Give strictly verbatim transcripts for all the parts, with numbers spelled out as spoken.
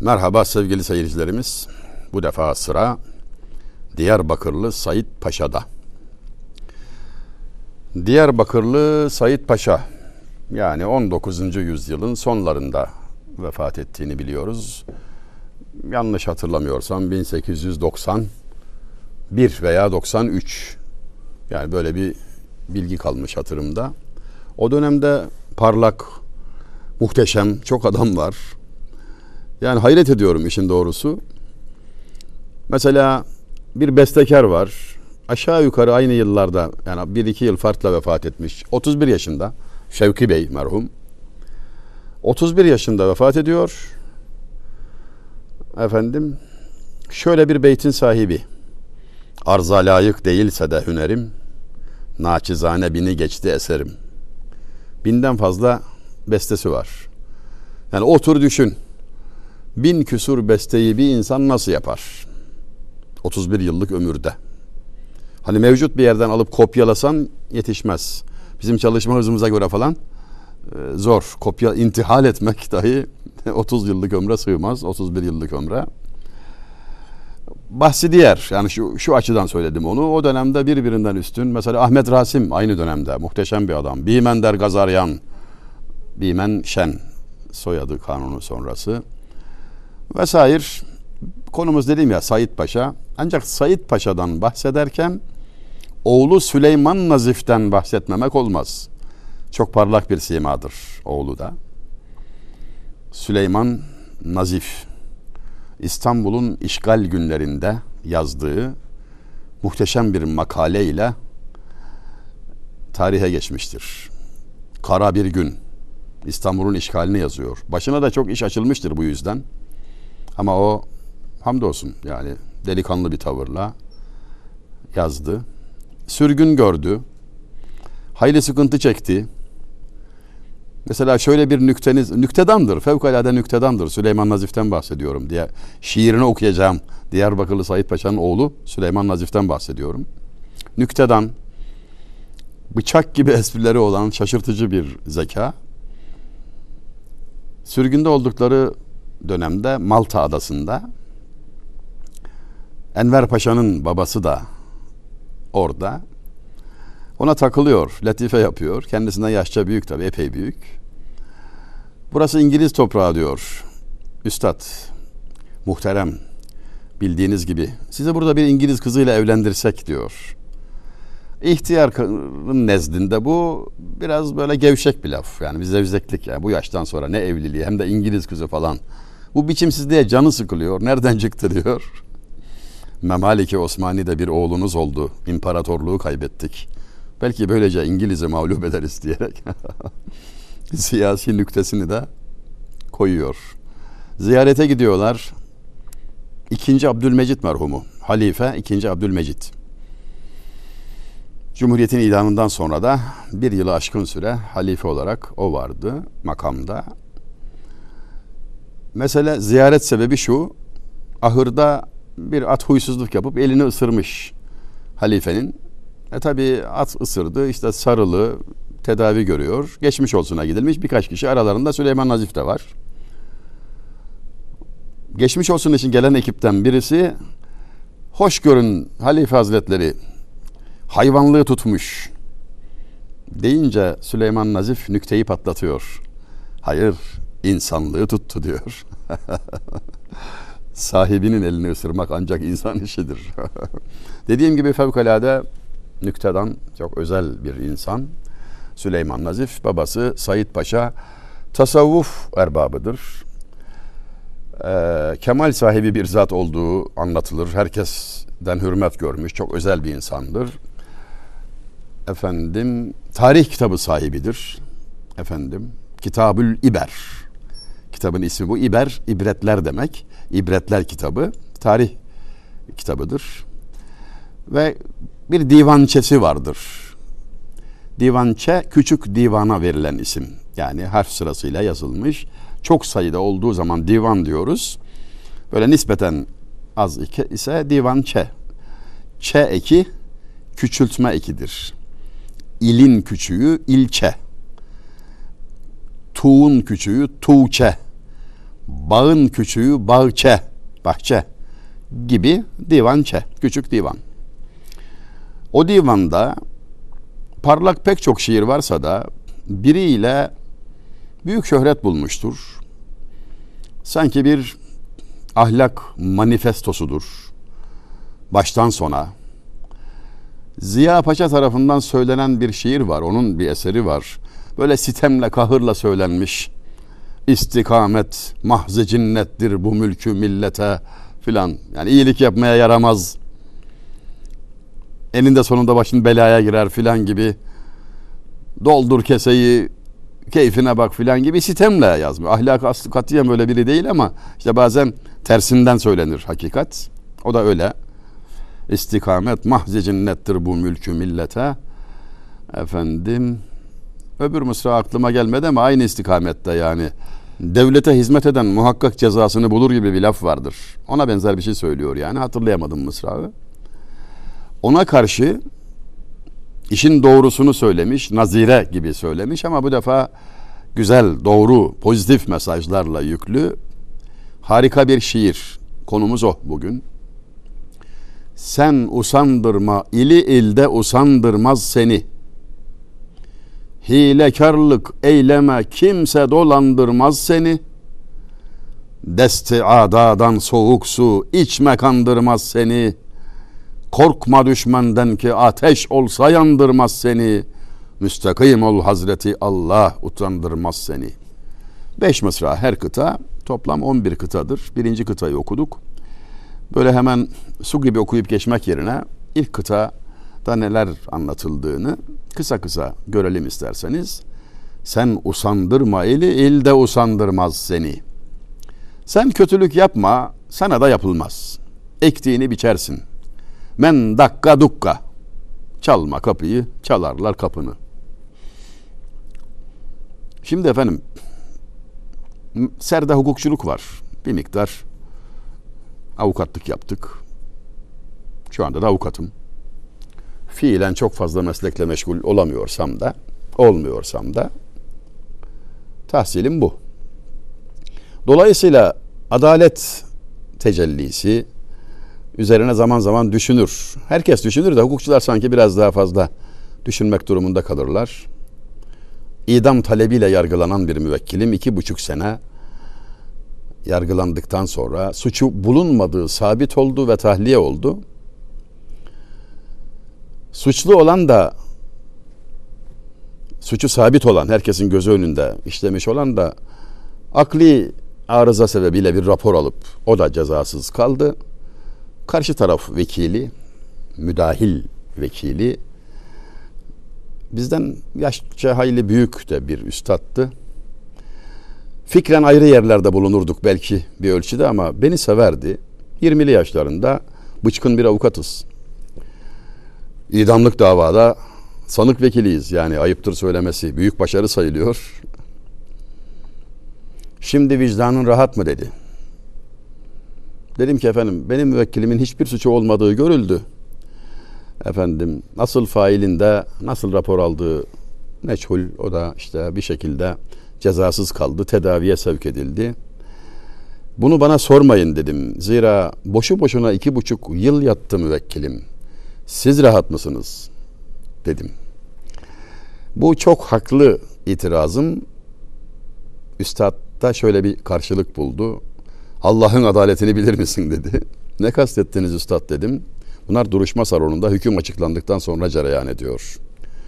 Merhaba sevgili seyircilerimiz. Bu defa sıra Diyarbakırlı Said Paşa'da. Diyarbakırlı Said Paşa, yani on dokuzuncu yüzyılın sonlarında vefat ettiğini biliyoruz. Yanlış hatırlamıyorsam bin sekiz yüz doksan bir veya doksan üç, yani böyle bir bilgi kalmış hatırımda. O dönemde parlak, muhteşem çok adam var. Yani hayret ediyorum işin doğrusu. Mesela bir bestekar var. Aşağı yukarı aynı yıllarda, yani bir iki yıl farkla vefat etmiş. otuz bir yaşında Şevki Bey merhum. otuz bir yaşında vefat ediyor. Efendim, şöyle bir beytin sahibi. Arza layık değilse de hünerim, naçizane bini geçti eserim. Binden fazla bestesi var. Yani otur düşün. Bin küsur besteyi bir insan nasıl yapar? otuz bir yıllık ömürde. Hani mevcut bir yerden alıp kopyalasan yetişmez. Bizim çalışma hızımıza göre falan e, zor. Kopya intihal etmek dahi otuz yıllık ömre sığmaz. otuz bir yıllık ömre. Bahsi diğer. Yani şu, şu açıdan söyledim onu. O dönemde birbirinden üstün. Mesela Ahmet Rasim aynı dönemde. Muhteşem bir adam. Bimender Gazaryan. Bimen Şen. Soyadı kanunu sonrası. Vesaire. Konumuz dediğim ya Said Paşa. Ancak Said Paşa'dan bahsederken oğlu Süleyman Nazif'ten bahsetmemek olmaz. Çok parlak bir simadır oğlu da. Süleyman Nazif, İstanbul'un işgal günlerinde yazdığı muhteşem bir makale ile tarihe geçmiştir. Kara bir gün İstanbul'un işgalini yazıyor. Başına da çok iş açılmıştır bu yüzden. Ama o hamdolsun yani delikanlı bir tavırla yazdı. Sürgün gördü. Hayli sıkıntı çekti. Mesela şöyle bir nükteniz, nüktedandır, fevkalade nüktedandır. Süleyman Nazif'ten bahsediyorum diye şiirini okuyacağım. Diyarbakırlı Said Paşa'nın oğlu Süleyman Nazif'ten bahsediyorum. Nüktedan, bıçak gibi esprileri olan şaşırtıcı bir zeka. Sürgünde oldukları dönemde Malta adasında Enver Paşa'nın babası da orada. Ona takılıyor, latife yapıyor. Kendisinden yaşça büyük tabii, epey büyük. Burası İngiliz toprağı diyor. Üstad, muhterem, bildiğiniz gibi. Sizi burada bir İngiliz kızıyla evlendirsek diyor. İhtiyarın nezdinde bu biraz böyle gevşek bir laf. Yani bir zevzeklik ya. Bu yaştan sonra ne evliliği, hem de İngiliz kızı falan. Bu biçimsizliğe canı sıkılıyor. Nereden çıktı diyor. Memaliki Osmani'de bir oğlunuz oldu. İmparatorluğu kaybettik. Belki böylece İngiliz'i mağlup ederiz diyerek siyasi nüktesini de koyuyor. Ziyarete gidiyorlar. İkinci Abdülmecit merhumu. Halife ikinci Abdülmecit. Cumhuriyetin ilanından sonra da bir yılı aşkın süre halife olarak o vardı makamda. Mesela ziyaret sebebi şu. Ahırda bir at huysuzluk yapıp elini ısırmış halifenin. E tabi at ısırdı, işte sarılı, tedavi görüyor. Geçmiş olsuna gidilmiş birkaç kişi, aralarında Süleyman Nazif de var. Geçmiş olsun için gelen ekipten birisi, hoş görün Halife Hazretleri, hayvanlığı tutmuş deyince Süleyman Nazif nükteyi patlatıyor. Hayır, insanlığı tuttu diyor. Sahibinin elini ısırmak ancak insan işidir. Dediğim gibi fevkalade nüktedan, çok özel bir insan. Süleyman Nazif, babası Said Paşa tasavvuf erbabıdır. Ee, kemal sahibi bir zat olduğu anlatılır. Herkesten hürmet görmüş, çok özel bir insandır. Efendim, tarih kitabı sahibidir. Efendim, Kitabül İber. Kitabın ismi bu. İber, ibretler demek. İbretler kitabı, tarih kitabıdır. Ve bir divançesi vardır. Divançe, küçük divana verilen isim. Yani harf sırasıyla yazılmış. Çok sayıda olduğu zaman divan diyoruz. Böyle nispeten az ise divançe. Ç eki küçültme ekidir. İlin küçüğü ilçe. Tuğun küçüğü tuğçe. Bağın küçüğü bahçe, bahçe gibi divançe, küçük divan. O divanda parlak pek çok şiir varsa da biriyle büyük şöhret bulmuştur. Sanki bir ahlak manifestosudur. Baştan sona. Ziya Paşa tarafından söylenen bir şiir var. Onun bir eseri var. Böyle sitemle, kahırla söylenmiş. İstikamet mahzı cinnettir bu mülkü millete filan. Yani iyilik yapmaya yaramaz. Eninde sonunda başın belaya girer filan gibi. Doldur keseyi, keyfine bak filan gibi sitemle yazmış. Ahlak aslı katiyen böyle biri değil ama işte bazen tersinden söylenir hakikat. O da öyle. İstikamet mahzi cinnettir bu mülkü millete. Efendim, öbür mısra aklıma gelmedi ama aynı istikamette yani. Devlete hizmet eden muhakkak cezasını bulur gibi bir laf vardır. Ona benzer bir şey söylüyor yani. Hatırlayamadım mısrağı. Ona karşı işin doğrusunu söylemiş, nazire gibi söylemiş ama bu defa güzel, doğru, pozitif mesajlarla yüklü harika bir şiir. Konumuz o bugün. Sen usandırma, ili ilde usandırmaz seni. Hilekarlık eyleme, kimse dolandırmaz seni. Desti adadan soğuk su, içme kandırmaz seni. Korkma düşmenden ki ateş olsa yandırmaz seni. Müstakim ol Hazreti Allah utandırmaz seni. Beş mısra her kıta, toplam on bir kıtadır. Birinci kıtayı okuduk. Böyle hemen su gibi okuyup geçmek yerine ilk kıtada neler anlatıldığını kısa kısa görelim isterseniz. Sen usandırma eli, il de usandırmaz seni. Sen kötülük yapma, sana da yapılmaz. Ektiğini biçersin. Men dakka dukka. Çalma kapıyı, çalarlar kapını. Şimdi efendim, serde hukukçuluk var. Bir miktar avukatlık yaptık. Şu anda da avukatım. Fiilen çok fazla meslekle meşgul olamıyorsam da, olmuyorsam da tahsilim bu. Dolayısıyla adalet tecellisi üzerine zaman zaman düşünür. Herkes düşünür de hukukçular sanki biraz daha fazla düşünmek durumunda kalırlar. İdam talebiyle yargılanan bir müvekkilim iki buçuk sene yargılandıktan sonra suçu bulunmadığı sabit oldu ve tahliye oldu. Suçlu olan da, suçu sabit olan, herkesin gözü önünde işlemiş olan da akli arıza sebebiyle bir rapor alıp o da cezasız kaldı. Karşı taraf vekili, müdahil vekili bizden yaşça hayli büyük de bir üstattı. Fikren ayrı yerlerde bulunurduk belki bir ölçüde ama beni severdi. yirmili yaşlarında bıçkın bir avukatız. İdamlık davada sanık vekiliyiz. Yani ayıptır söylemesi. Büyük başarı sayılıyor. Şimdi vicdanın rahat mı dedi. Dedim ki efendim benim müvekkilimin hiçbir suçu olmadığı görüldü. Efendim nasıl failinde nasıl rapor aldığı meçhul, o da işte bir şekilde cezasız kaldı, tedaviye sevk edildi. Bunu bana sormayın dedim. Zira boşu boşuna iki buçuk yıl yattı müvekkilim. Siz rahat mısınız? Dedim. Bu çok haklı itirazım. Üstad da şöyle bir karşılık buldu. Allah'ın adaletini bilir misin dedi. Ne kastettiniz üstad dedim. Bunlar duruşma salonunda hüküm açıklandıktan sonra cereyan ediyor.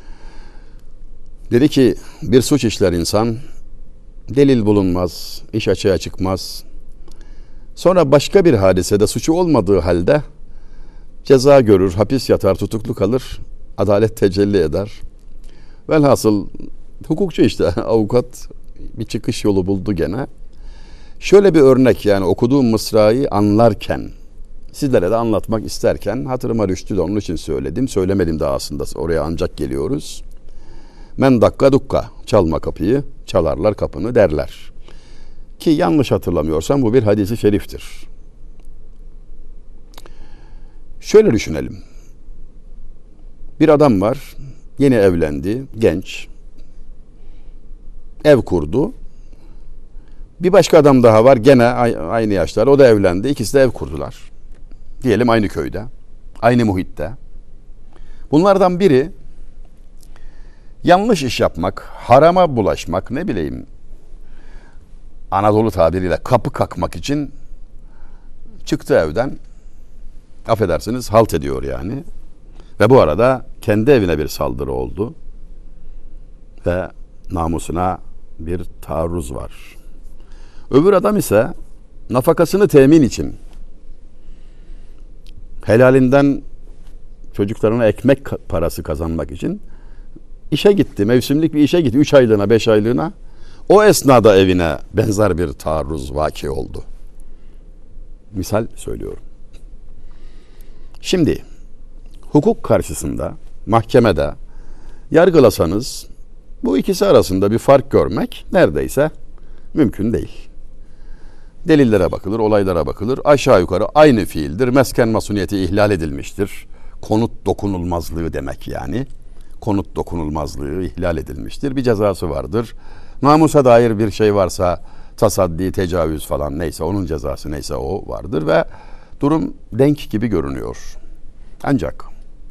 Dedi ki bir suç işler insan, delil bulunmaz, iş açığa çıkmaz. Sonra başka bir hadisede suçu olmadığı halde ceza görür, hapis yatar, tutuklu kalır, adalet tecelli eder. Velhasıl hukukçu işte, avukat bir çıkış yolu buldu gene. Şöyle bir örnek, yani okuduğum mısrayı anlarken, sizlere de anlatmak isterken hatırıma düştü de onun için söyledim. Söylemedim daha aslında, oraya ancak geliyoruz. Men dakka dukka, çalma kapıyı, çalarlar kapını derler. Ki yanlış hatırlamıyorsam bu bir hadisi şeriftir. Şöyle düşünelim. Bir adam var, yeni evlendi, genç. Ev kurdu. Bir başka adam daha var, gene aynı yaşlar, o da evlendi. İkisi de ev kurdular. Diyelim aynı köyde, aynı muhitte. Bunlardan biri yanlış iş yapmak, harama bulaşmak, ne bileyim Anadolu tabiriyle kapı kakmak için çıktı evden. Affedersiniz, halt ediyor yani. Ve bu arada kendi evine bir saldırı oldu. Ve namusuna bir taarruz var. Öbür adam ise nafakasını temin için, helalinden çocuklarına ekmek parası kazanmak için işe gitti. Mevsimlik bir işe gitti. Üç aylığına, beş aylığına. O esnada evine benzer bir taarruz vaki oldu. Misal söylüyorum. Şimdi hukuk karşısında, mahkemede yargılasanız bu ikisi arasında bir fark görmek neredeyse mümkün değil. Delillere bakılır, olaylara bakılır. Aşağı yukarı aynı fiildir. Mesken masuniyeti ihlal edilmiştir. Konut dokunulmazlığı demek yani. Konut dokunulmazlığı ihlal edilmiştir. Bir cezası vardır. Namusa dair bir şey varsa, tasaddi, tecavüz falan neyse, onun cezası neyse o vardır ve durum denk gibi görünüyor. Ancak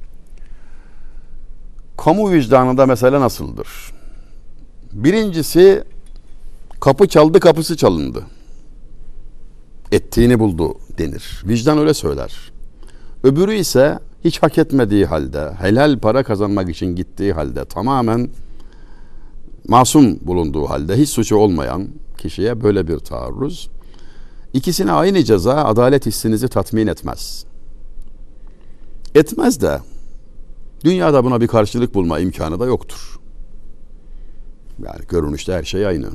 kamu vicdanında mesele nasıldır? Birincisi, kapı çaldı, kapısı çalındı. Ettiğini buldu denir. Vicdan öyle söyler. Öbürü ise hiç hak etmediği halde, helal para kazanmak için gittiği halde, tamamen masum bulunduğu halde, hiç suçu olmayan kişiye böyle bir taarruz. İkisine aynı ceza adalet hissinizi tatmin etmez. Etmez de dünyada buna bir karşılık bulma imkanı da yoktur. Yani görünüşte her şey aynı.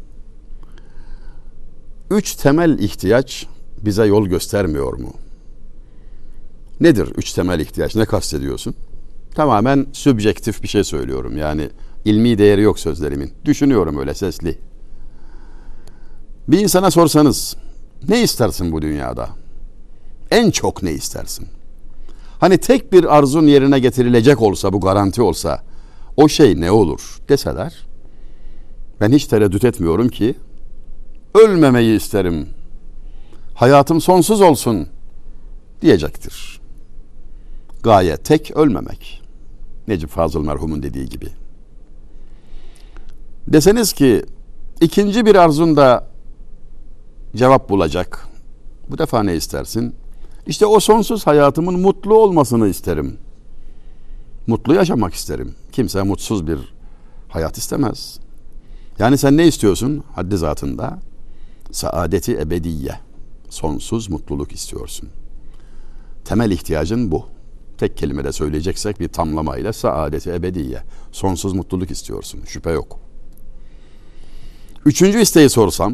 Üç temel ihtiyaç bize yol göstermiyor mu? Nedir üç temel ihtiyaç? Ne kastediyorsun? Tamamen sübjektif bir şey söylüyorum. Yani ilmi değeri yok sözlerimin. Düşünüyorum öyle sesli. Bir insana sorsanız ne istersin bu dünyada? En çok ne istersin? Hani tek bir arzun yerine getirilecek olsa, bu garanti olsa, o şey ne olur deseler, ben hiç tereddüt etmiyorum ki ölmemeyi isterim, hayatım sonsuz olsun diyecektir. Gaye tek ölmemek. Necip Fazıl merhumun dediği gibi. Deseniz ki ikinci bir arzun da cevap bulacak. Bu defa ne istersin? İşte o sonsuz hayatımın mutlu olmasını isterim. Mutlu yaşamak isterim. Kimse mutsuz bir hayat istemez. Yani sen ne istiyorsun? Haddi zatında saadeti ebediye, sonsuz mutluluk istiyorsun. Temel ihtiyacın bu. Tek kelimede söyleyeceksek bir tamlamayla saadeti ebediye, sonsuz mutluluk istiyorsun. Şüphe yok. Üçüncü isteği sorsam,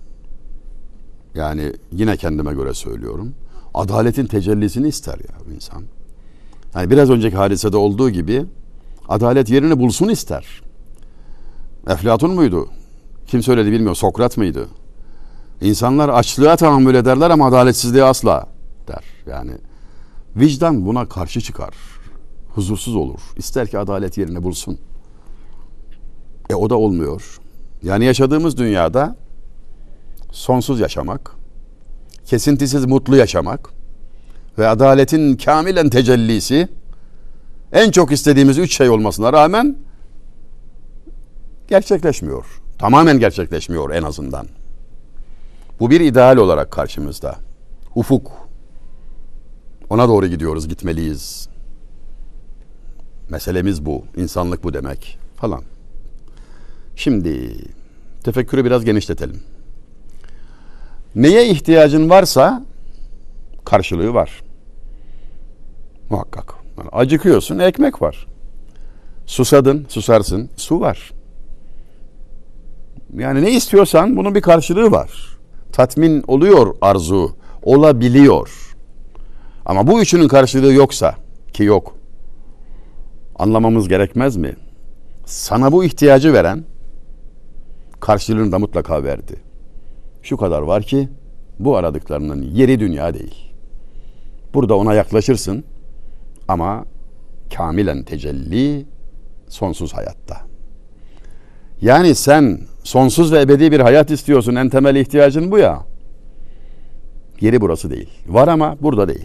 yani yine kendime göre söylüyorum, adaletin tecellisini ister ya insan. Yani biraz önceki hadisede olduğu gibi adalet yerini bulsun ister. Eflatun muydu? Kim söyledi bilmiyorum. Sokrat mıydı? İnsanlar açlığa tahammül ederler ama adaletsizliğe asla der. Yani vicdan buna karşı çıkar. Huzursuz olur. İster ki adalet yerini bulsun. E o da olmuyor. Yani yaşadığımız dünyada sonsuz yaşamak, kesintisiz mutlu yaşamak ve adaletin kamilen tecellisi en çok istediğimiz üç şey olmasına rağmen gerçekleşmiyor. Tamamen gerçekleşmiyor en azından. Bu bir ideal olarak karşımızda. Ufuk. Ona doğru gidiyoruz, gitmeliyiz. Meselemiz bu. İnsanlık bu demek falan. Şimdi tefekkürü biraz genişletelim. Neye ihtiyacın varsa karşılığı var. Muhakkak. Yani acıkıyorsun, ekmek var. Susadın, susarsın, su var. Yani ne istiyorsan bunun bir karşılığı var. Tatmin oluyor arzu, olabiliyor. Ama bu üçünün karşılığı yoksa, ki yok, anlamamız gerekmez mi? Sana bu ihtiyacı veren karşılığını da mutlaka verdi. Şu kadar var ki bu aradıklarının yeri dünya değil. Burada ona yaklaşırsın ama kamilen tecelli sonsuz hayatta. Yani sen sonsuz ve ebedi bir hayat istiyorsun. En temel ihtiyacın bu ya. Yeri burası değil. Var ama burada değil.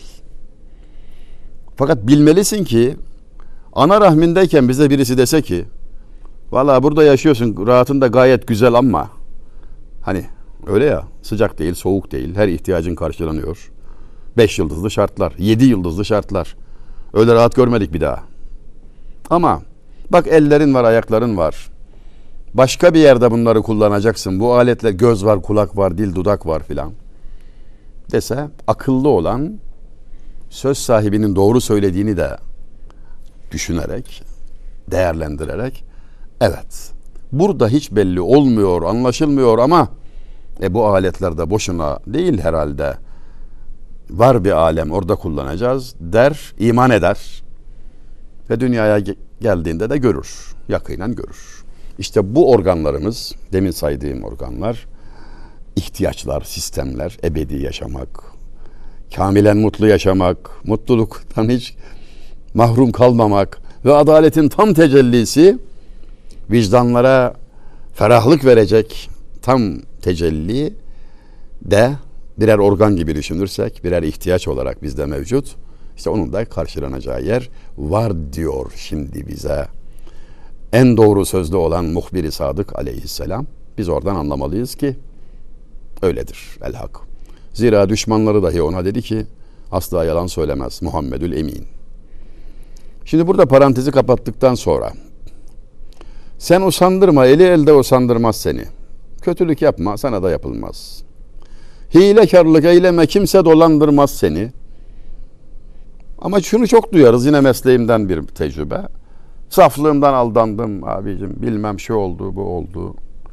Fakat bilmelisin ki ana rahmindeyken bize birisi dese ki valla burada yaşıyorsun, rahatın da gayet güzel ama hani öyle ya, sıcak değil, soğuk değil, her ihtiyacın karşılanıyor. Beş yıldızlı şartlar, yedi yıldızlı şartlar. Öyle rahat görmedik bir daha. Ama bak ellerin var, ayakların var. Başka bir yerde bunları kullanacaksın. Bu aletle göz var, kulak var, dil, dudak var filan dese, akıllı olan söz sahibinin doğru söylediğini de düşünerek, değerlendirerek, evet burada hiç belli olmuyor, anlaşılmıyor ama e bu aletler de boşuna değil herhalde. Var bir alem, orada kullanacağız der, iman eder ve dünyaya geldiğinde de görür, yakinen görür. İşte bu organlarımız, demin saydığım organlar, ihtiyaçlar, sistemler, ebedi yaşamak, kamilen mutlu yaşamak, mutluluktan hiç mahrum kalmamak ve adaletin tam tecellisi, vicdanlara ferahlık verecek tam tecelli de birer organ gibi düşünürsek, birer ihtiyaç olarak bizde mevcut. İşte onun da karşılanacağı yer var diyor şimdi bize en doğru sözlü olan muhbir-i sadık aleyhisselam. Biz oradan anlamalıyız ki öyledir el-hak. Zira düşmanları dahi ona dedi ki asla yalan söylemez Muhammedül Emin. Şimdi burada parantezi kapattıktan sonra sen usandırma, eli elde usandırmaz seni. Kötülük yapma, sana da yapılmaz. Hilekarlık eyleme, kimse dolandırmaz seni. Ama şunu çok duyarız, yine mesleğimden bir tecrübe. Saflığımdan aldandım abicim, bilmem şey oldu, bu oldu.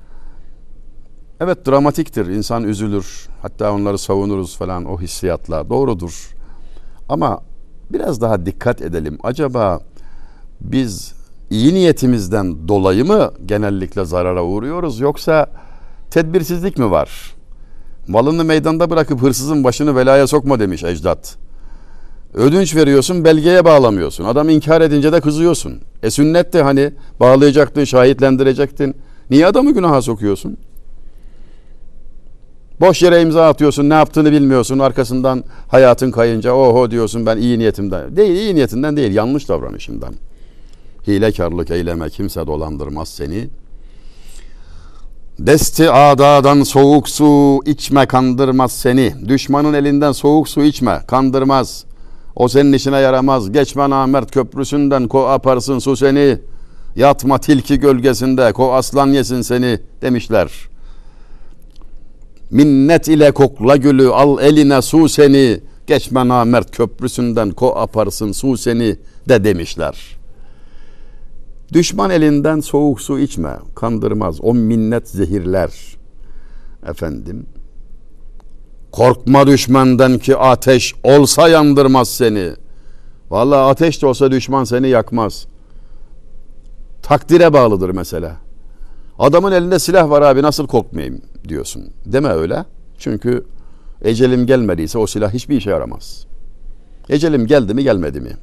Evet, dramatiktir, insan üzülür. Hatta onları savunuruz falan, o hissiyatla, doğrudur. Ama biraz daha dikkat edelim. Acaba biz iyi niyetimizden dolayı mı genellikle zarara uğruyoruz, yoksa tedbirsizlik mi var? Malını meydanda bırakıp hırsızın başını belaya sokma demiş ecdat. Ödünç veriyorsun, belgeye bağlamıyorsun. Adam inkar edince de kızıyorsun. E sünnet de hani bağlayacaktın, şahitlendirecektin. Niye adamı günaha sokuyorsun? Boş yere imza atıyorsun, ne yaptığını bilmiyorsun. Arkasından hayatın kayınca oho diyorsun, ben iyi niyetimden. Değil, iyi niyetinden değil, yanlış davranışından. Hilekarlık eyleme, kimse dolandırmaz seni. Desti adadan soğuk su içme, kandırmaz seni. Düşmanın elinden soğuk su içme, kandırmaz. O senin işine yaramaz. Geçme namert köprüsünden, ko aparsın su seni. Yatma tilki gölgesinde, ko aslan yesin seni demişler. Minnet ile kokla gülü, al eline su seni. Geçme namert köprüsünden, ko aparsın su seni de demişler. Düşman elinden soğuk su içme, kandırmaz. O minnet zehirler. Efendim, korkma düşmandan ki ateş olsa yandırmaz seni. Vallahi ateş de olsa düşman seni yakmaz. Takdire bağlıdır mesela. Adamın elinde silah var abi, nasıl korkmayayım diyorsun. Deme öyle. Çünkü ecelim gelmediyse o silah hiçbir işe yaramaz. Ecelim geldi mi gelmedi mi?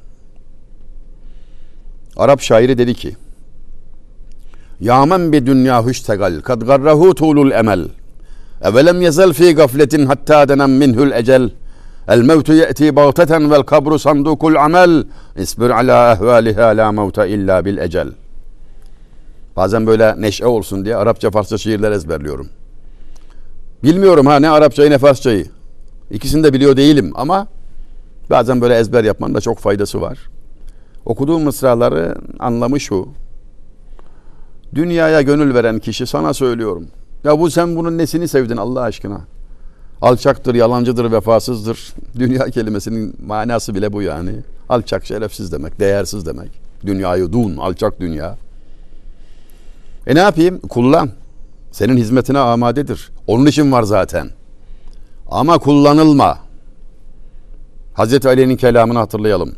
Arap şairi dedi ki: Ya men bi dünya hüştegal kad garrahu tulul emel evelem yezel fi gafletin hatta denem minhul ecel el mevtu ye'ti bagteten vel kabru sandukul amel isbir ala ehvaliha la mevta illa bil ecel. Bazen böyle neşe olsun diye Arapça Farsça şiirler ezberliyorum. Bilmiyorum ha, ne Arapçayı ne Farsçayı. İkisini de biliyor değilim ama bazen böyle ezber yapmanın da çok faydası var. Okuduğum mısraları anlamı şu: dünyaya gönül veren kişi, sana söylüyorum, ya bu sen bunun nesini sevdin Allah aşkına? Alçaktır, yalancıdır, vefasızdır. Dünya kelimesinin manası bile bu yani. Alçak, şerefsiz demek, değersiz demek. Dünyayı dun, alçak dünya. E ne yapayım? Kullan. Senin hizmetine amadedir. Onun için var zaten. Ama kullanılma. Hazreti Ali'nin kelamını hatırlayalım.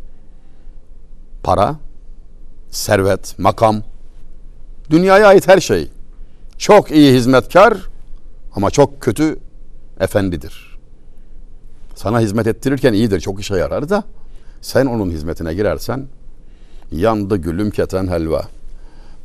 Para, servet, makam, dünyaya ait her şey. Çok iyi hizmetkar ama çok kötü efendidir. Sana hizmet ettirirken iyidir, çok işe yarar da sen onun hizmetine girersen yandı gülüm keten helva.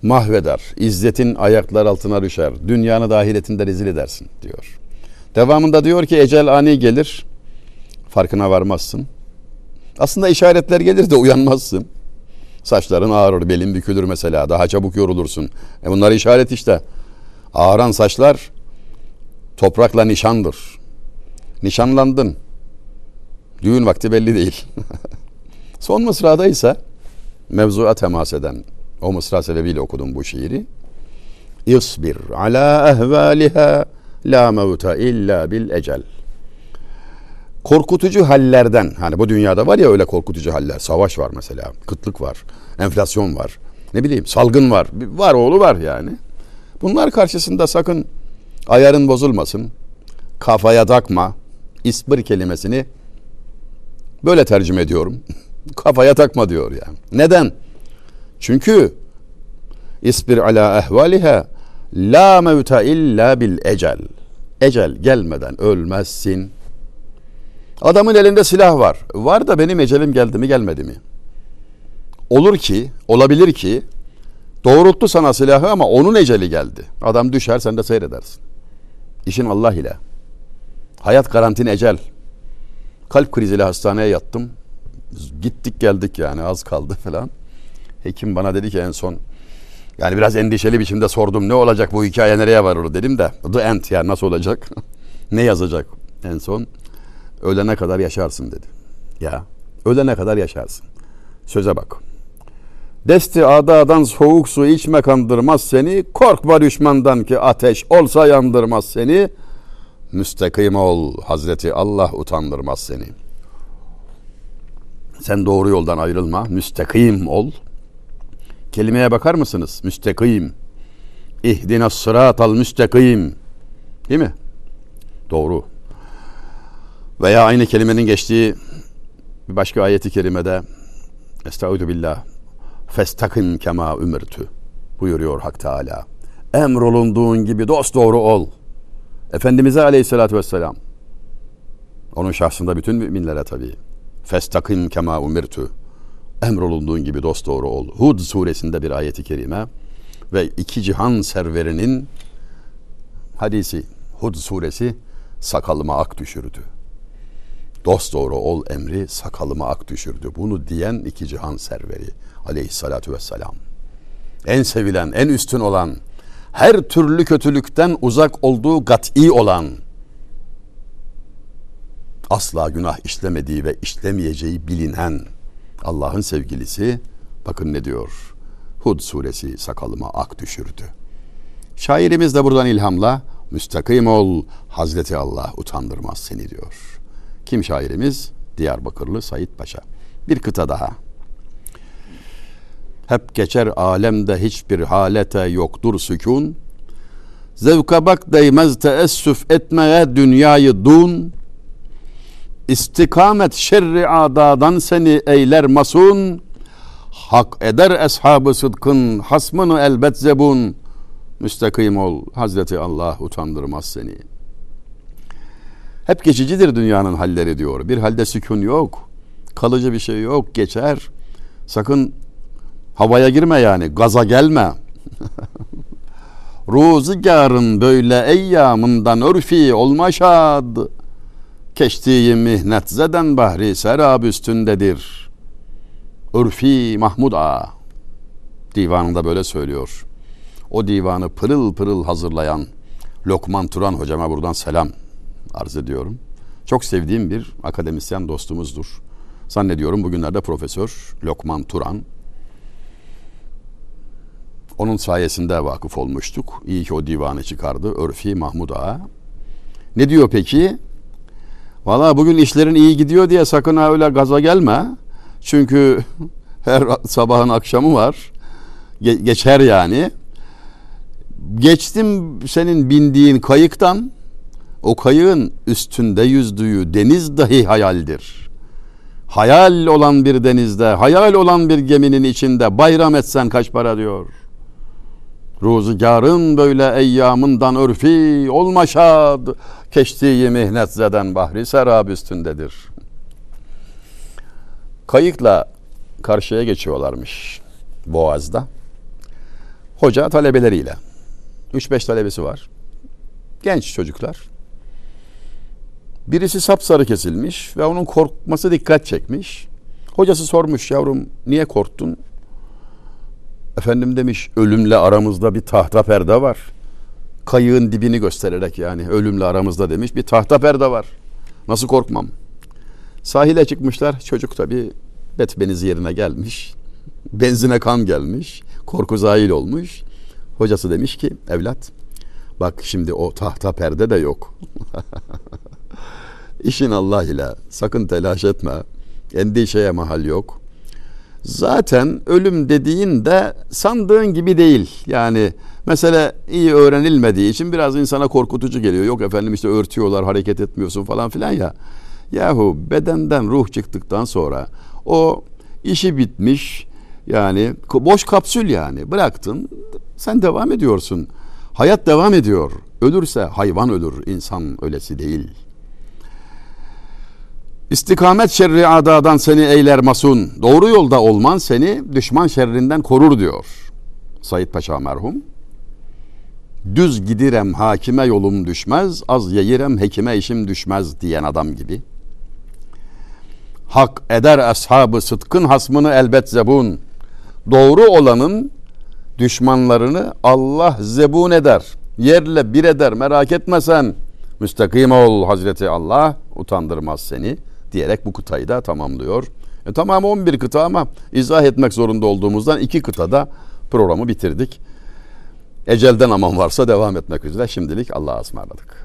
mahveder. İzzetin ayaklar altına düşer. Dünyanı da ahiretinde rezil edersin diyor. Devamında diyor ki ecel ani gelir. Farkına varmazsın. Aslında işaretler gelir de uyanmazsın. Saçların ağrır, belin bükülür mesela. Daha çabuk yorulursun. E bunlar işaret işte. Ağıran saçlar toprakla nişandır. Nişanlandın. Düğün vakti belli değil. Son mısrada ise mevzuya temas eden o mısra sebebiyle okudum bu şiiri. İsbir ala ehvaliha la mevta illa bil ecel. Korkutucu hallerden, hani bu dünyada var ya öyle korkutucu haller. Savaş var mesela, kıtlık var, enflasyon var, ne bileyim salgın var. Var oğlu var yani. Bunlar karşısında sakın ayarın bozulmasın. Kafaya takma. İsbir kelimesini böyle tercüme ediyorum. Kafaya takma diyor yani. Neden? Çünkü isbir ala ehvaliha la mevta illa bil ecel. Ecel gelmeden ölmezsin. Adamın elinde silah var. Var da benim ecelim geldi mi gelmedi mi? Olur ki, olabilir ki doğrulttu sana silahı ama onun eceli geldi. Adam düşer, sen de seyredersin. İşin Allah ile. Hayat garantin ecel. Kalp kriziyle hastaneye yattım. Gittik geldik yani az kaldı falan. Hekim bana dedi ki en son, yani biraz endişeli biçimde sordum, ne olacak bu hikaye, nereye varır dedim de the end yani nasıl olacak? Ne yazacak en son? Ölene kadar yaşarsın dedi. Ya ölene kadar yaşarsın. Söze bak. Desti adadan soğuk su içme kandırmaz seni. Korkma düşmandan ki ateş olsa yandırmaz seni. Müstakim ol, Hazreti Allah utandırmaz seni. Sen doğru yoldan ayrılma, müstakim ol. Kelimeye bakar mısınız? Müstakim. İhdinas sıratal müstakim. Değil mi? Doğru. Veya aynı kelimenin geçtiği bir başka ayeti kerimede Estaizu billah festakim kema ümirtü buyuruyor Hak Teala. Emrolunduğun gibi dosdoğru ol. Efendimiz'e aleyhissalatü vesselam, onun şahsında bütün müminlere tabii. Festakim kema umirtü, emrolunduğun gibi dosdoğru ol. Hud suresinde bir ayeti kerime ve iki cihan serverinin hadisi. Hud suresi sakalıma ak düşürdü. Dosdoğru ol emri sakalıma ak düşürdü. Bunu diyen iki cihan serveri aleyhissalatü vesselam. En sevilen, en üstün olan, her türlü kötülükten uzak olduğu kat'i olan, asla günah işlemediği ve işlemeyeceği bilinen Allah'ın sevgilisi, bakın ne diyor? Hud suresi sakalıma ak düşürdü. Şairimiz de buradan ilhamla müstakim ol, Hazreti Allah utandırmaz seni diyor. Kim şairimiz? Diyarbakırlı Said Paşa. Bir kıta daha. Hep geçer alemde hiçbir halete yoktur sükun. Zevka bak değmez teessüf etmeye dünyayı dun. İstikamet şerri adadan seni eyler masun. Hak eder eshab-ı sıdkın hasmını elbet zebun. Müstakim ol, Hazreti Allah utandırmaz seni. Hep geçicidir dünyanın halleri diyor. Bir halde sükun yok. Kalıcı bir şey yok. Geçer. Sakın havaya girme yani. Gaza gelme. Ruzigarın böyle eyyamından örfi olma şad. Keştiği mihnet zeden bahri serab üstündedir. Örfi Mahmud Ağa divanında böyle söylüyor. O divanı pırıl pırıl hazırlayan Lokman Turan hocama buradan selam arz ediyorum. Çok sevdiğim bir akademisyen dostumuzdur. Zannediyorum bugünlerde Profesör Lokman Turan. Onun sayesinde vakıf olmuştuk. İyi ki o divanı çıkardı. Örfi Mahmud Ağa. Ne diyor peki? Valla bugün işlerin iyi gidiyor diye sakın ha öyle gaza gelme. Çünkü her sabahın akşamı var. Ge- geçer yani. Geçtim senin bindiğin kayıktan. O kayığın üstünde yüzdüğü deniz dahi hayaldir. Hayal olan bir denizde, hayal olan bir geminin içinde bayram etsen kaç para diyor. Ruzigarın böyle eyyamından örfi olma şad. Keştiği mihnet zeden bahri serab üstündedir. Kayıkla karşıya geçiyorlarmış Boğaz'da. Hoca talebeleriyle. Üç beş talebesi var. Genç çocuklar. Birisi sapsarı kesilmiş ve onun korkması dikkat çekmiş. Hocası sormuş, yavrum niye korktun? Efendim demiş, ölümle aramızda bir tahta perde var. Kayığın dibini göstererek, yani ölümle aramızda demiş, bir tahta perde var. Nasıl korkmam? Sahile çıkmışlar. Çocuk tabii betbeniz yerine gelmiş. Benzine kan gelmiş. Korku zahil olmuş. Hocası demiş ki, evlat bak şimdi o tahta perde de yok. İşin Allah ile, sakın telaş etme. Endişeye mahal yok. Zaten ölüm dediğin de sandığın gibi değil. Yani mesele iyi öğrenilmediği için biraz insana korkutucu geliyor. Yok efendim işte örtüyorlar, hareket etmiyorsun falan filan ya. Yahu bedenden ruh çıktıktan sonra o işi bitmiş, yani boş kapsül, yani bıraktın, sen devam ediyorsun. Hayat devam ediyor. Ölürse hayvan ölür, insan ölesi değil. İstikamet şerri adadan seni eyler masun. Doğru yolda olman seni düşman şerrinden korur diyor Said Paşa merhum. Düz gidirem hakime yolum düşmez, az yeyirem hekime işim düşmez diyen adam gibi. Hak eder ashabı sıdkın hasmını elbet zebun. Doğru olanın düşmanlarını Allah zebun eder. Yerle bir eder, merak etme sen. Müstakim ol, Hazreti Allah utandırmaz seni diyerek bu kıtayı da tamamlıyor. E tamam on bir kıta ama izah etmek zorunda olduğumuzdan iki kıtada programı bitirdik. Ecelden aman varsa devam etmek üzere. Şimdilik Allah'a ısmarladık.